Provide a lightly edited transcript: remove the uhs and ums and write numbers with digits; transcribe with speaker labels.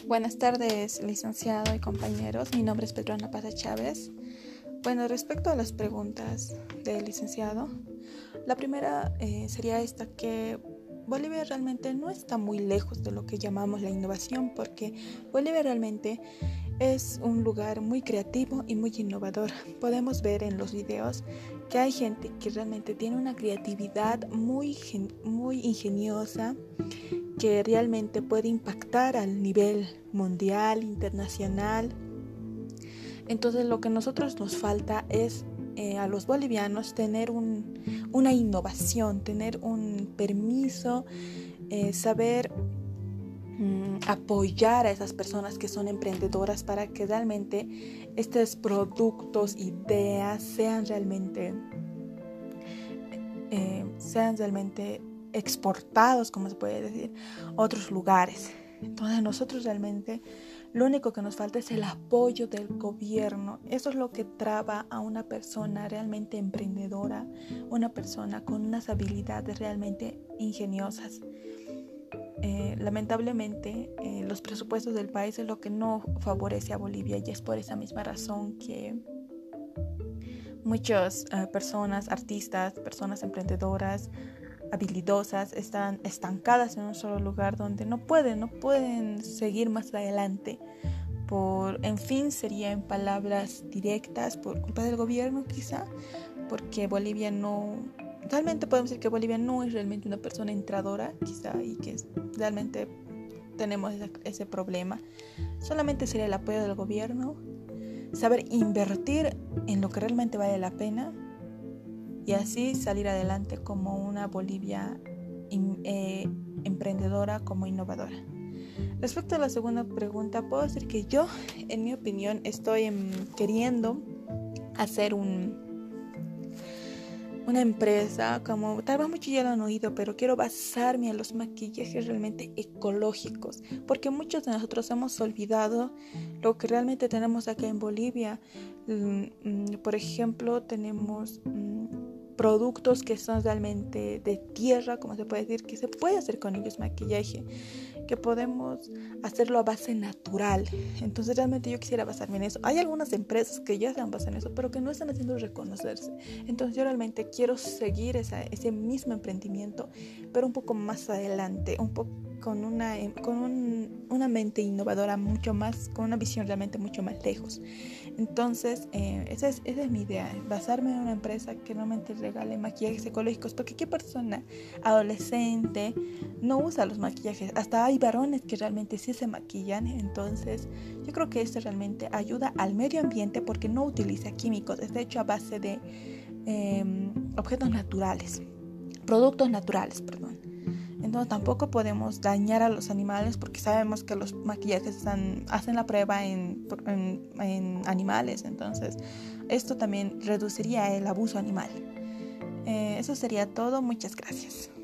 Speaker 1: Buenas tardes, licenciado y compañeros. Mi nombre es Petrona Paz Chávez. Bueno, respecto a las preguntas del licenciado, la primera sería esta, que Bolivia realmente no está muy lejos de lo que llamamos la innovación, porque Bolivia realmente es un lugar muy creativo y muy innovador. Podemos ver en los videos que hay gente que realmente tiene una creatividad muy ingeniosa, que realmente puede impactar al nivel mundial, internacional. Entonces lo que a nosotros nos falta es a los bolivianos tener una innovación, tener un permiso, saber apoyar a esas personas que son emprendedoras para que realmente estos productos, ideas sean realmente exportados, como se puede decir, a otros lugares. Entonces nosotros realmente lo único que nos falta es el apoyo del gobierno. Eso es lo que traba a una persona realmente emprendedora, una persona con unas habilidades realmente ingeniosas. Lamentablemente los presupuestos del país es lo que no favorece a Bolivia, y es por esa misma razón que muchas personas, artistas, personas emprendedoras, habilidosas, están estancadas en un solo lugar donde no pueden seguir más adelante. En fin, sería en palabras directas, por culpa del gobierno quizá, porque Bolivia no, realmente podemos decir que Bolivia no es realmente una persona entradora quizá, y que realmente tenemos ese problema. Solamente sería el apoyo del gobierno, saber invertir en lo que realmente vale la pena, y así salir adelante como una Bolivia emprendedora, como innovadora. Respecto a la segunda pregunta, puedo decir que yo, en mi opinión, estoy queriendo hacer una empresa, como tal vez muchos ya lo han oído, pero quiero basarme en los maquillajes realmente ecológicos, porque muchos de nosotros hemos olvidado lo que realmente tenemos acá en Bolivia. Por ejemplo, tenemos productos que son realmente de tierra, como se puede decir, que se puede hacer con ellos maquillaje, que podemos hacerlo a base natural. Entonces realmente yo quisiera basarme en eso. Hay algunas empresas que ya se han basado en eso, pero que no están haciendo reconocerse. Entonces yo realmente quiero seguir ese mismo emprendimiento, pero un poco más adelante, un poco con una mente innovadora mucho más, con una visión realmente mucho más lejos. Entonces esa es mi idea, basarme en una empresa que realmente regale maquillajes ecológicos, porque qué persona adolescente no usa los maquillajes. Hasta hay varones que realmente sí se maquillan. Entonces yo creo que esto realmente ayuda al medio ambiente, porque no utiliza químicos, está hecho a base de objetos naturales, productos naturales, perdón. Entonces tampoco podemos dañar a los animales, porque sabemos que los maquillajes hacen la prueba en animales. Entonces esto también reduciría el abuso animal. Eso sería todo. Muchas gracias.